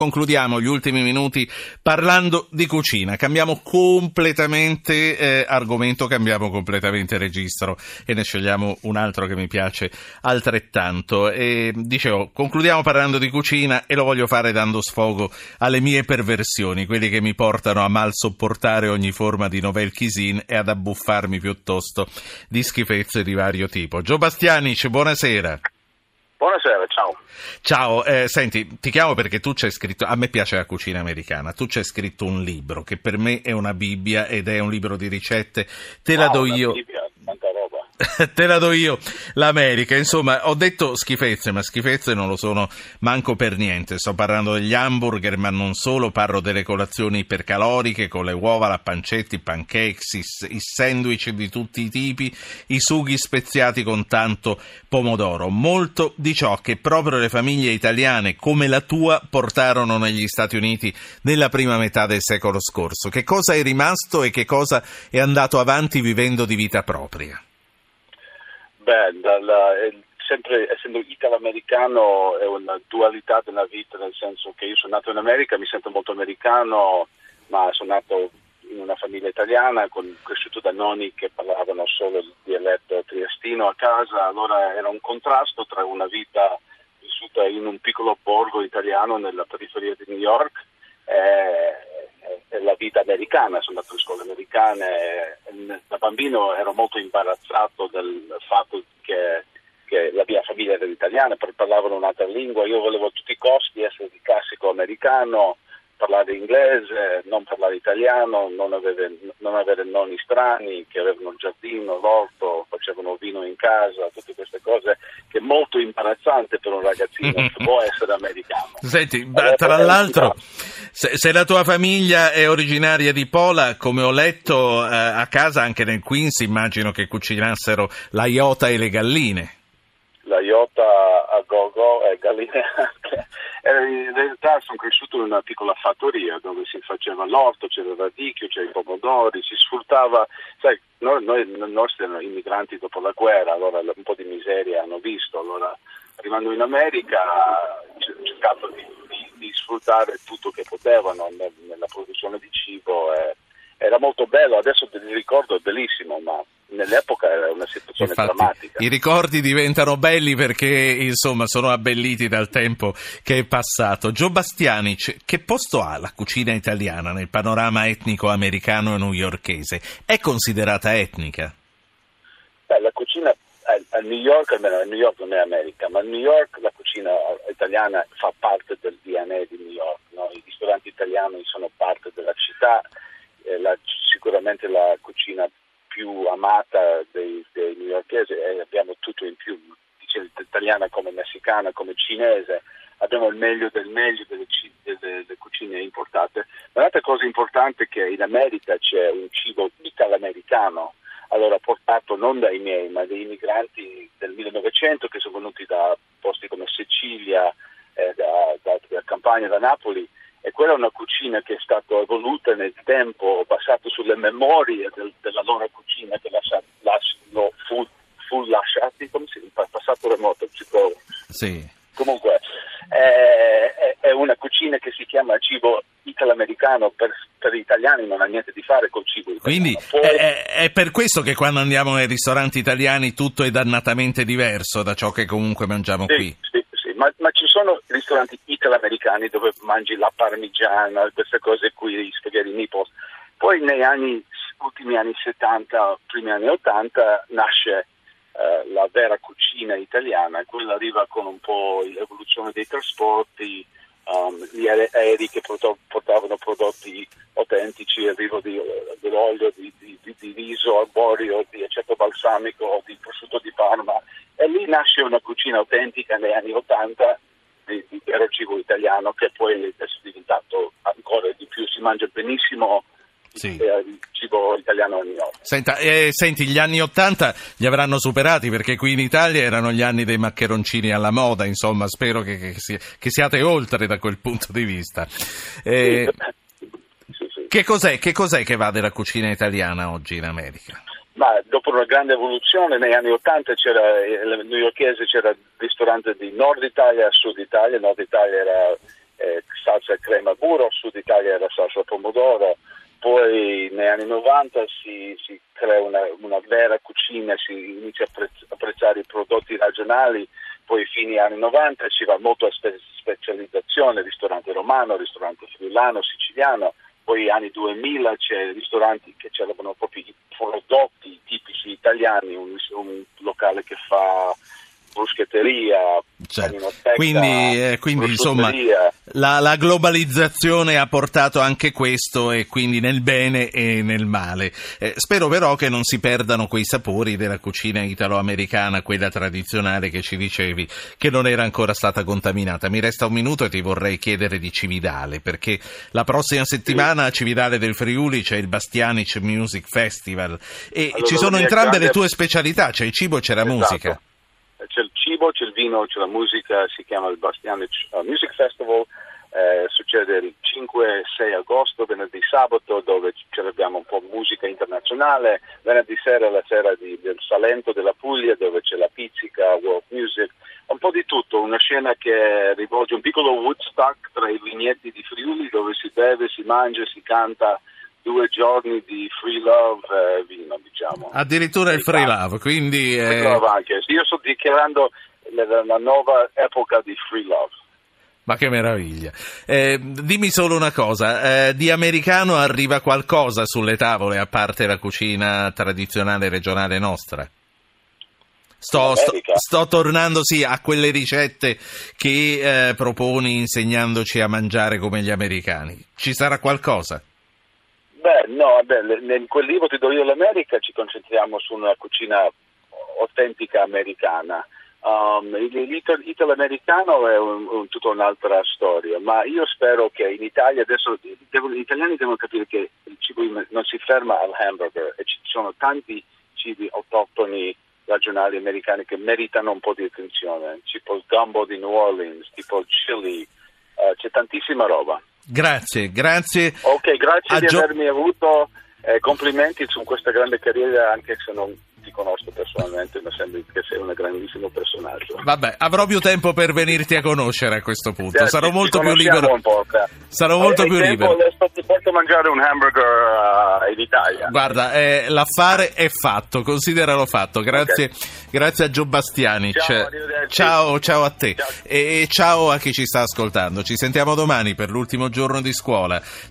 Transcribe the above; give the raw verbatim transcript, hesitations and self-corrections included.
Concludiamo gli ultimi minuti parlando di cucina. Cambiamo completamente eh, argomento, cambiamo completamente registro e ne scegliamo un altro che mi piace altrettanto. E, dicevo, concludiamo parlando di cucina e lo voglio fare dando sfogo alle mie perversioni, quelli che mi portano a mal sopportare ogni forma di nouvelle cuisine e ad abbuffarmi piuttosto di schifezze di vario tipo. Gio Bastianic, buonasera. Buonasera, ciao. Ciao, eh, senti, ti chiamo perché tu c'hai scritto, a me piace la cucina americana, tu c'hai scritto un libro che per me è una Bibbia ed è un libro di ricette, te la ah, do una io. Bibbia, tanta roba. Te la do io, l'America. Insomma, ho detto schifezze, ma schifezze non lo sono manco per niente. Sto parlando degli hamburger, ma non solo, parlo delle colazioni ipercaloriche con le uova, la pancetta, i pancakes, i, i sandwich di tutti i tipi, i sughi speziati con tanto pomodoro. Molto di ciò che proprio le famiglie italiane come la tua portarono negli Stati Uniti nella prima metà del secolo scorso. Che cosa è rimasto e che cosa è andato avanti vivendo di vita propria? Beh, dalla, sempre essendo italo-americano è una dualità della vita, nel senso che io sono nato in America, mi sento molto americano, ma sono nato in una famiglia italiana, con, cresciuto da nonni che parlavano solo il dialetto triestino a casa, allora era un contrasto tra una vita vissuta in un piccolo borgo italiano nella periferia di New York e la vita americana. Sono andato alle scuole americane e da bambino ero molto imbarazzato del fatto che, che la mia famiglia era italiana, perché parlavano un'altra lingua. Io volevo a tutti i costi essere di classico americano, parlare inglese, non parlare italiano, non avere, non avere nonni strani che avevano il giardino, l'orto, facevano vino in casa, tutte queste cose che è molto imbarazzante per un ragazzino che può essere americano. Senti, allora, tra l'altro, se, se la tua famiglia è originaria di Pola, come ho letto eh, a casa anche nel Queens, immagino che cucinassero la iota e le galline. La iota a go-go e galline anche. In realtà sono cresciuto in una piccola fattoria dove si faceva l'orto, c'era il radicchio, c'era i pomodori, si sfruttava, sai, noi, noi, noi siamo immigranti dopo la guerra, allora un po' di miseria hanno visto, allora arrivando in America cercavo di, di, di sfruttare tutto che potevano nella produzione di cibo, e era molto bello, adesso il ricordo è bellissimo, ma nell'epoca era una situazione Infatti, drammatica. I ricordi diventano belli perché insomma sono abbelliti dal tempo che è passato. Gio Bastianic, che posto ha la cucina italiana nel panorama etnico americano e newyorkese? È considerata etnica? Beh, la cucina a, a New York, almeno a New York non è America, ma a New York la cucina italiana fa parte del D N A di New York, no? I ristoranti italiani sono parte della città, eh, la, sicuramente la cucina più amata dei, dei newyorkesi, e abbiamo tutto in più, dice italiana come messicana, come cinese, abbiamo il meglio del meglio delle, delle, delle cucine importate. Un'altra cosa importante è che in America c'è un cibo italo-americano, allora portato non dai miei ma dai migranti del millenovecento che sono venuti da posti come Sicilia, eh, da, da, da Campania, da Napoli. E quella è una cucina che è stata evoluta nel tempo, basata sulle memorie del, della loro cucina, che lascia, lascia, no, fu, fu lasciati, come si dice, passato remoto, ci provo. Sì. Comunque, è, è, è una cucina che si chiama cibo italo-americano, per, per gli italiani non ha niente di fare col cibo italiano. Quindi Poi, è, è per questo che quando andiamo nei ristoranti italiani tutto è dannatamente diverso da ciò che comunque mangiamo sì, qui. Sì. Ma, ma ci sono ristoranti italo-americani dove mangi la parmigiana, queste cose qui, gli spaghetti meatballs. Poi negli anni, ultimi anni settanta, primi anni ottanta, nasce eh, la vera cucina italiana, quella arriva con un po' l'evoluzione dei trasporti, um, gli aerei che portavano prodotti autentici, arrivo di, dell'olio, di, di, di, di riso arborio, di aceto balsamico, di prosciutto di Parma. E lì nasce una cucina autentica negli anni Ottanta di, di vero cibo italiano, che poi adesso è diventato ancora di più, si mangia benissimo sì. il, il cibo italiano a New York. Senta, eh, senti, gli anni Ottanta li avranno superati perché qui in Italia erano gli anni dei maccheroncini alla moda, insomma, spero che, che, si, che siate oltre da quel punto di vista. Eh, sì, sì. Che cos'è, che cos'è che va della cucina italiana oggi in America? Ma dopo una grande evoluzione negli anni Ottanta c'era il newyorkese, c'era il ristorante di Nord Italia e Sud Italia. Nord Italia era eh, salsa e crema burro, Sud Italia era salsa al pomodoro. Poi negli anni novanta si, si crea una, una vera cucina, si inizia a apprezz- apprezzare i prodotti regionali, poi fine anni novanta si va molto a spe- specializzazione, ristorante romano, ristorante friulano, siciliano, poi anni duemila c'è ristoranti che c'erano proprio i prodotti tipici italiani, un, un locale che fa bruschetteria, certo. quindi, eh, quindi insomma la, la globalizzazione ha portato anche questo, e quindi nel bene e nel male. Eh, spero però che non si perdano quei sapori della cucina italo-americana, quella tradizionale che ci dicevi che non era ancora stata contaminata. Mi resta un minuto e ti vorrei chiedere di Cividale, perché la prossima settimana a Cividale del Friuli c'è il Bastianic Music Festival e allora, ci sono entrambe grande... le tue specialità, c'è il cibo e c'è la esatto. musica. C'è il cibo, c'è il vino, c'è la musica, si chiama il Bastianic Music Festival, eh, succede il cinque sei agosto, venerdì sabato, dove celebriamo un po' musica internazionale, venerdì sera è la sera di, del Salento della Puglia, dove c'è la pizzica, world music, un po' di tutto, una scena che rivolge un piccolo Woodstock tra i vigneti di Friuli, dove si beve, si mangia, si canta. Due giorni di free love eh, vino, diciamo. Addirittura il free love, quindi... Eh... Free love anche. Io sto dichiarando la, la nuova epoca di free love. Ma che meraviglia. Eh, dimmi solo una cosa, eh, di americano arriva qualcosa sulle tavole, a parte la cucina tradizionale regionale nostra? Sto, sto, sto tornando sì a quelle ricette che eh, proponi insegnandoci a mangiare come gli americani. Ci sarà qualcosa? Beh, no, beh, nel quel libro Ti do io l'America ci concentriamo su una cucina autentica americana. Um, l'italo-americano è un, un, tutta un'altra storia, ma io spero che in Italia adesso devono, gli italiani devono capire che il cibo non si ferma al hamburger e ci sono tanti cibi autoctoni regionali americani che meritano un po' di attenzione, tipo il gumbo di New Orleans, tipo il chili, uh, c'è tantissima roba. Grazie, grazie. Ok, grazie di Gio- avermi avuto, eh, complimenti su questa grande carriera, anche se non ti conosco personalmente, ma sembra che sei un grandissimo personaggio. Vabbè, avrò più tempo per venirti a conoscere a questo punto, eh, sarò ci, molto ci più libero. Un po', sarò molto più tempo, libero. Adesso ti porto mangiare un hamburger uh, in Italia. Guarda, eh, l'affare è fatto, consideralo fatto. Grazie, okay. Grazie a Gio Bastianic. Ciao, ciao, ciao a te. Ciao. E ciao a chi ci sta ascoltando. Ci sentiamo domani per l'ultimo giorno di scuola.